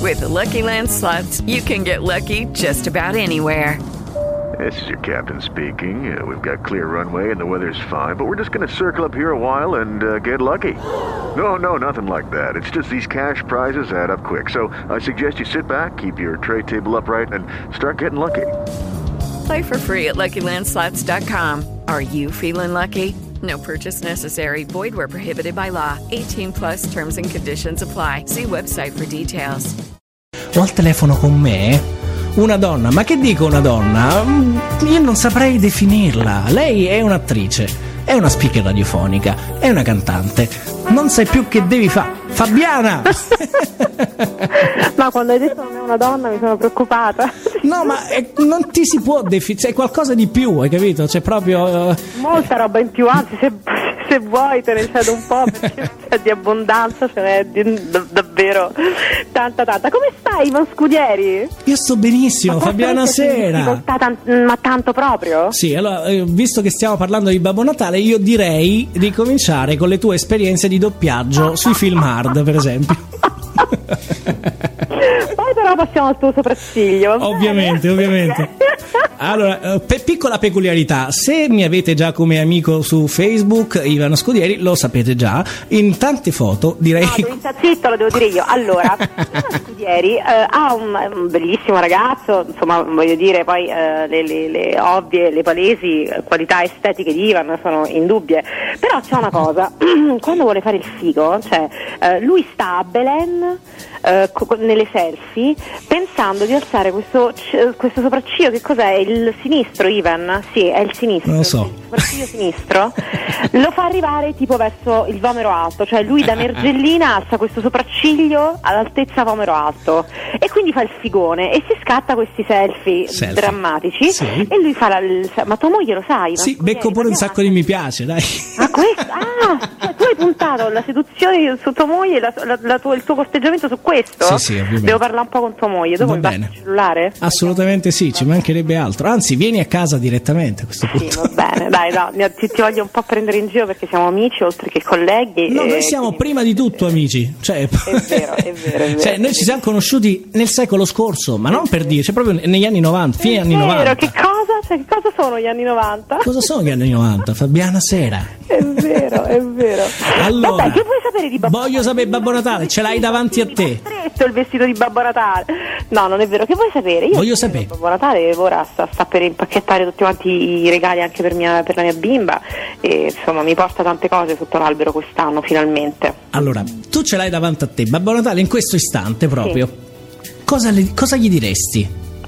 With the Lucky Land Slots, you can get lucky just about anywhere. This is your captain speaking. We've got clear runway and the weather's fine, but we're just going to circle up here a while and get lucky. No, nothing like that. It's just these cash prizes add up quick. So I suggest you sit back, keep your tray table upright, and start getting lucky. Play for free at LuckyLandSlots.com. Are you feeling lucky? No purchase necessary. Void where prohibited by law. 18 plus terms and conditions apply. See website for details. Ho al telefono con me una donna, ma che dico una donna? Io non saprei definirla. Lei è un'attrice, è una speaker radiofonica, è una cantante. Non sai più che devi fare. Fabiana! Ma quando hai detto non è una donna mi sono preoccupata. No, ma non ti si può definire, è qualcosa di più, hai capito? C'è proprio molta roba in più, anzi se vuoi te ne cedo un po', perché c'è di abbondanza, ce n'è davvero tanta. Come stai, Ivan Scudieri? Io sto benissimo, Fabiana Sera. Ma tanto proprio? Sì, allora, visto che stiamo parlando di Babbo Natale, io direi di cominciare con le tue esperienze di doppiaggio sui film hard, per esempio. Poi però passiamo al tuo sopracciglio. Ovviamente. Allora, piccola peculiarità, se mi avete già come amico su Facebook, Ivano Scudieri, lo sapete già, in tante foto direi... No, devi stare zitto, lo devo dire io. Allora, Ivano Scudieri ha un bellissimo ragazzo, insomma, voglio dire, poi le ovvie, le palesi qualità estetiche di Ivan sono indubbie, però c'è una cosa, quando vuole fare il figo, cioè lui sta a Belen nelle selfie pensando di alzare questo sopracciglio. Che cos'è? Il sinistro, Ivan? Sì, è il sinistro. Non lo so. Il sopracciglio sinistro lo fa arrivare tipo verso il vomero alto, cioè lui da mergellina alza questo sopracciglio all'altezza vomero alto e quindi fa il figone e si scatta questi selfie. Drammatici, sì. E lui fa ma tua moglie lo sai? Sì, becco pure un sacco di mi piace, dai. Cioè, tu hai puntato la seduzione su tua moglie, il tuo corteggiamento su questo? Sì, ovviamente. Devo parlare un po' con tua moglie. Dopo mi basta il cellulare? Assolutamente sì, ci mancherebbe altro. Anzi, vieni a casa direttamente a questo punto. Sì, va bene, dai, no, ti voglio un po' prendere in giro perché siamo amici oltre che colleghi. No, noi siamo prima di tutto amici. Cioè, è vero. Cioè, noi ci siamo conosciuti nel secolo scorso, ma non per dire, cioè proprio negli anni 90, fine anni 90. Che cosa? Cioè, che cosa sono gli anni 90? Cosa sono gli anni 90? Fabiana Sera. È vero. Allora, vabbè, che vuoi sapere di Babbo Natale? Voglio sapere Babbo Natale, ce l'hai davanti a te. Stretto il vestito di Babbo Natale. No, non è vero. Che vuoi sapere? Io voglio sapere. Babbo Natale ora sta per impacchettare tutti quanti i regali anche per la mia bimba e insomma mi porta tante cose sotto l'albero quest'anno finalmente. Allora, tu ce l'hai davanti a te, Babbo Natale, in questo istante proprio. Sì. Cosa gli diresti?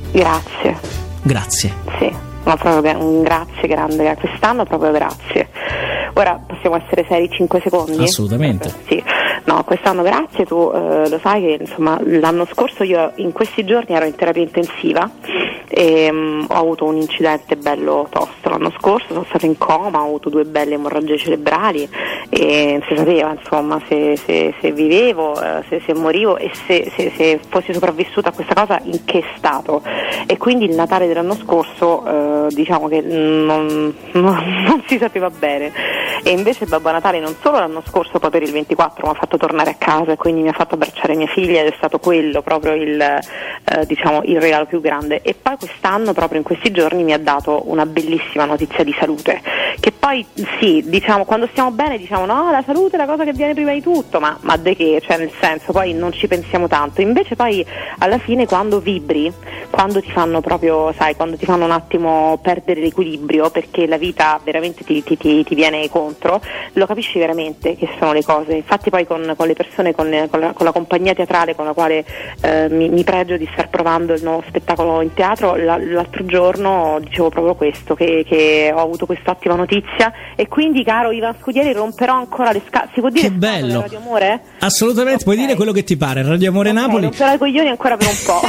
Grazie. Sì, ma proprio un grazie grande. Quest'anno proprio grazie. Ora possiamo essere seri 5 secondi? Assolutamente. Sì. No, quest'anno grazie, tu lo sai che insomma l'anno scorso io in questi giorni ero in terapia intensiva e ho avuto un incidente bello tosto l'anno scorso, sono stata in coma, ho avuto 2 belle emorragie cerebrali e non si sapeva insomma se vivevo, se morivo e se fossi sopravvissuta a questa cosa in che stato, e quindi il Natale dell'anno scorso diciamo che non si sapeva bene, e invece Babbo Natale non solo l'anno scorso poi per il 24 mi ha fatto tornare a casa e quindi mi ha fatto abbracciare mia figlia ed è stato quello proprio il regalo più grande, e poi quest'anno proprio in questi giorni mi ha dato una bellissima notizia di salute, che poi sì, diciamo quando stiamo bene diciamo no, la salute è la cosa che viene prima di tutto, ma de che, cioè nel senso poi non ci pensiamo tanto, invece poi alla fine quando vibri, quando ti fanno proprio, sai, quando ti fanno un attimo perdere l'equilibrio perché la vita veramente ti viene contro, lo capisci veramente che sono le cose. Infatti poi con le persone, con la compagnia teatrale con la quale mi pregio di star provando il nuovo spettacolo in teatro, l'altro giorno dicevo proprio questo, che ho avuto quest'ottima notizia, e quindi caro Ivan Scudieri romperò ancora le scatole. Si può dire che bello, Radio Amore? Assolutamente, puoi dire quello che ti pare, Radio Amore Napoli. Romperò i coglioni ancora per un po'.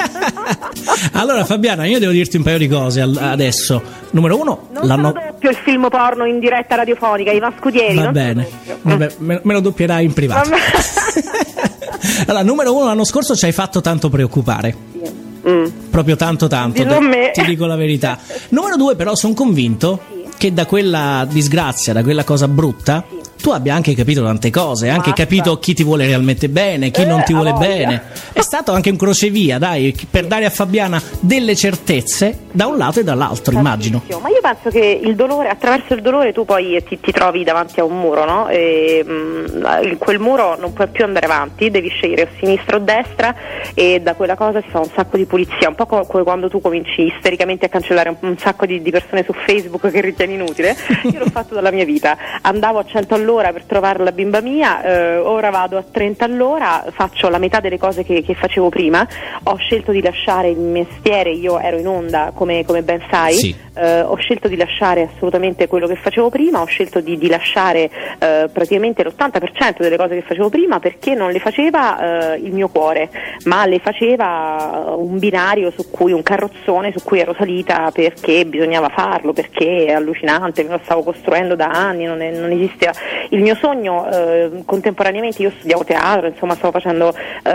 Allora Fabiana, io devo dirti un paio di cose adesso. Numero 1, non doppio il film porno in diretta radiofonica, Ivan Scudieri. Va bene, vabbè, me lo doppierai in privato. Allora, numero 1, l'anno scorso ci hai fatto tanto preoccupare. Proprio tanto, ti dico la verità. Numero 2, però sono convinto che da quella disgrazia, da quella cosa brutta, tu abbia anche capito tante cose, anche capito chi ti vuole realmente bene, chi non ti vuole bene. È stato anche un crocevia, dai, per dare a Fabiana delle certezze da un lato e dall'altro, immagino. Ma io penso che il dolore, attraverso il dolore tu poi ti trovi davanti a un muro, no? E quel muro non puoi più andare avanti, devi scegliere o sinistra o destra, e da quella cosa si fa un sacco di pulizia, un po' come quando tu cominci istericamente a cancellare un sacco di persone su Facebook che ritieni inutile. Io l'ho fatto dalla mia vita, andavo a 100 all'ora per trovare la bimba mia, ora vado a 30 all'ora, faccio la metà delle cose che facevo prima, ho scelto di lasciare il mestiere, io ero in onda come ben sai, sì. Ho scelto di lasciare assolutamente quello che facevo prima, ho scelto di lasciare praticamente l'80% delle cose che facevo prima, perché non le faceva il mio cuore, ma le faceva un binario su cui, un carrozzone su cui ero salita perché bisognava farlo, perché è allucinante, me lo stavo costruendo da anni, non esisteva il mio sogno. Contemporaneamente io studiavo teatro, insomma stavo facendo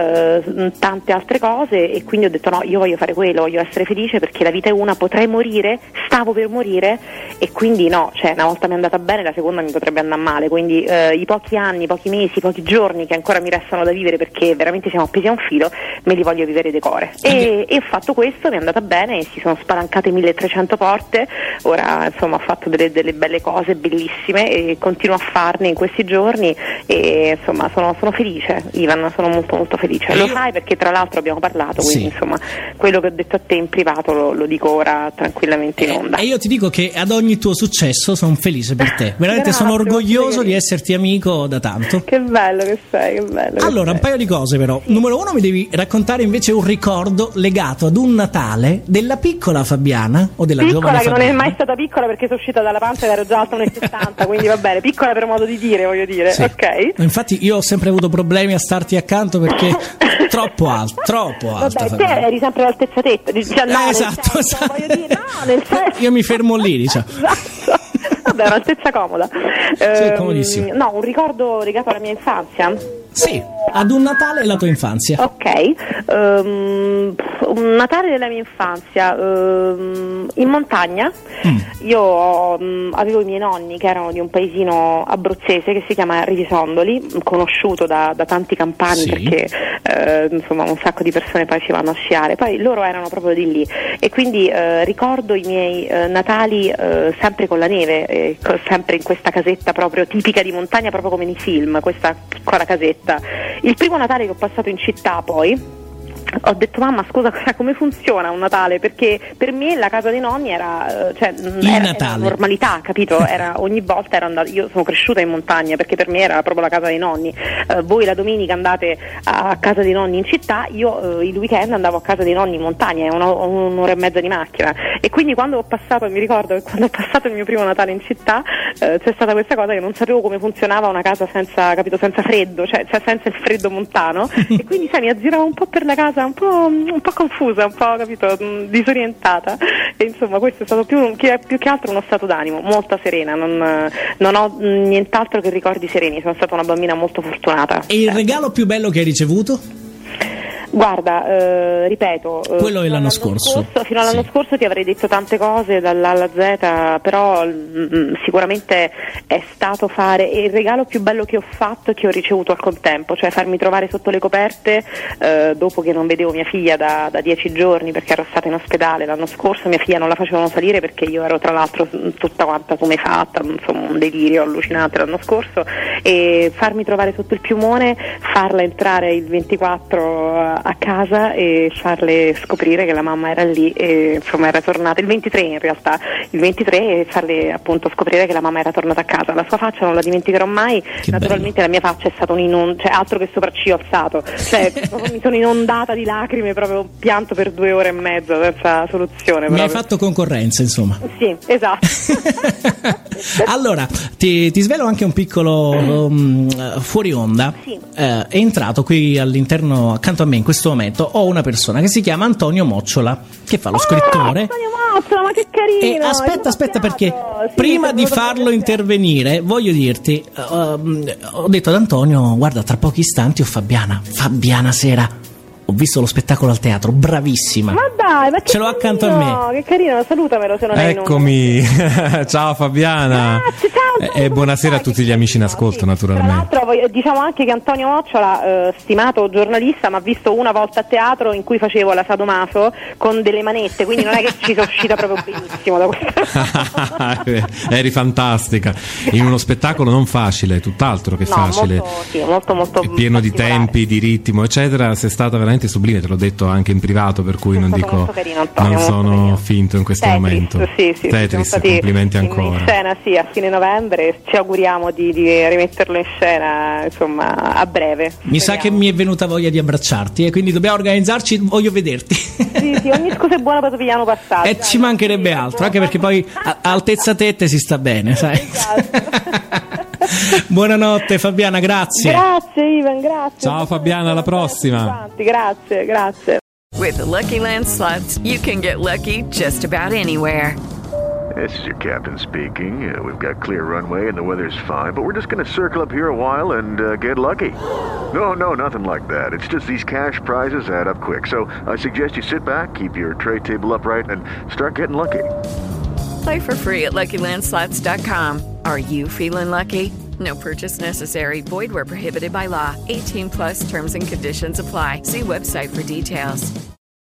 tante altre cose, e quindi ho detto no, io voglio fare quello, voglio essere felice, perché la vita è una, potrei morire, stavo per morire, e quindi no, cioè una volta mi è andata bene, la seconda mi potrebbe andare male, quindi i pochi anni, pochi mesi, pochi giorni che ancora mi restano da vivere, perché veramente siamo appesi a un filo, me li voglio vivere de core. E ho fatto questo, mi è andata bene, e si sono spalancate 1300 porte, ora insomma ho fatto delle belle cose bellissime e continuo a farne in questi giorni, e insomma sono felice, Ivan, sono molto molto felice. Lo sai perché tra l'altro abbiamo parlato, quindi sì. Insomma quello che ho detto a te in privato lo dico ora tranquillamente in onda. E io ti dico che ad ogni tuo successo sono felice per te, veramente. Grazie, sono orgoglioso di esserti amico da tanto. Che bello che sei, che bello. Allora, un paio di cose però. Numero uno, mi devi raccontare invece un ricordo legato ad un Natale della piccola Fabiana o della giovane Fabiana. Piccola, che non è mai stata piccola perché sono uscita dalla pancia ed ero già alta 1,70, quindi va bene, piccola per modo di dire, voglio dire, sì. Ok. Infatti io ho sempre avuto problemi a starti accanto perché troppo alta. Vabbè, te eri sempre all'altezza tetta, no, esatto, senso, voglio dire, no, nel senso. Io mi fermo lì, diciamo. Esatto. Vabbè, è un'altezza comoda. Sì, comodissimo. No, un ricordo legato alla mia infanzia? Sì, ad un Natale e la tua infanzia. Ok, un Natale della mia infanzia in montagna. Io avevo i miei nonni che erano di un paesino abruzzese che si chiama Rivisondoli, conosciuto da tanti campani, sì. Perché insomma un sacco di persone poi ci vanno a sciare, poi loro erano proprio di lì, e quindi ricordo i miei Natali sempre con la neve, sempre in questa casetta proprio tipica di montagna, proprio come nei film, questa piccola casetta. Il primo Natale che ho passato in città poi ho detto mamma scusa come funziona un Natale, perché per me la casa dei nonni era era normalità, capito? Ogni volta ero andata, io sono cresciuta in montagna perché per me era proprio la casa dei nonni, voi la domenica andate a casa dei nonni in città, io il weekend andavo a casa dei nonni in montagna, è un'ora e mezza di macchina, e quindi mi ricordo che quando ho passato il mio primo Natale in città c'è stata questa cosa che non sapevo come funzionava una casa senza freddo, cioè senza il freddo montano, e quindi mi aggiravo un po' per la casa un po' confusa, un po', capito, disorientata, e insomma questo è stato più che altro uno stato d'animo, molto serena, non ho nient'altro che ricordi sereni, sono stata una bambina molto fortunata. E il regalo più bello che hai ricevuto? Guarda, ripeto, quello è l'anno scorso. Fino all'anno scorso ti avrei detto tante cose dall'A alla Z, però sicuramente è stato fare il regalo più bello che ho fatto e che ho ricevuto al contempo, cioè farmi trovare sotto le coperte dopo che non vedevo mia figlia da 10 giorni perché ero stata in ospedale l'anno scorso. Mia figlia non la facevano salire perché io ero tra l'altro tutta quanta tumefatta, insomma un delirio allucinante l'anno scorso, e farmi trovare sotto il piumone, farla entrare il 24 a casa e farle scoprire che la mamma era lì, e insomma era tornata il 23 in realtà, e farle appunto scoprire che la mamma era tornata a casa. La sua faccia non la dimenticherò mai. Che naturalmente bello. La mia faccia è stata cioè altro che sopracciglio alzato, cioè mi sono inondata di lacrime, proprio pianto per 2 ore e mezza senza soluzione. Mi hai fatto concorrenza, insomma. Sì, esatto. Allora ti svelo anche un piccolo fuori onda. Sì. È entrato qui all'interno, accanto a me in questo momento ho una persona che si chiama Antonio Mocciola, che fa lo scrittore. Antonio Mocciola, ma che carino! E aspetta, perché prima di farlo intervenire voglio dirti, ho detto ad Antonio guarda, tra pochi istanti ho Fabiana sera. Ho visto lo spettacolo al teatro, bravissima. Ma dai, ma che ce l'ho accanto a me. Che carino, salutamelo se non è in onda. Eccomi. Ciao Fabiana. Grazie, ciao. E buonasera a tutti gli amici in ascolto, naturalmente. Tra l'altro diciamo anche che Antonio Mocciola, stimato giornalista, mi ha visto una volta a teatro in cui facevo la sadomaso con delle manette, quindi non è che ci sono uscita proprio benissimo da questa. Eri fantastica in uno spettacolo non facile, tutt'altro che facile, molto pieno di particolare. tempi, di ritmo eccetera. Sei stata veramente sublime, te l'ho detto anche in privato, per cui non dico, carino, Antonio, non sono carino. finto in questo Tetris, momento. sì, Tetris, siamo stati complimenti in ancora. scena a fine novembre, ci auguriamo di rimetterlo in scena insomma a breve. Mi sa che mi è venuta voglia di abbracciarti e quindi dobbiamo organizzarci, voglio vederti. Sì, ogni scusa è buona per Topigliano passato. E ci mancherebbe altro, anche perché poi a altezza tette si sta bene, sai. Esatto. Buonanotte Fabiana, grazie. Grazie Ivan, grazie. Ciao Fabiana, alla prossima. Grazie. With the Lucky Land Slots, you can get lucky just about anywhere. This is your captain speaking. We've got clear runway and the weather's fine, but we're just going to circle up here a while and get lucky. No, nothing like that. It's just these cash prizes add up quick. So I suggest you sit back, keep your tray table upright, and start getting lucky. Play for free at LuckyLandSlots.com. Are you feeling lucky? No purchase necessary. Void where prohibited by law. 18+ terms and conditions apply. See website for details.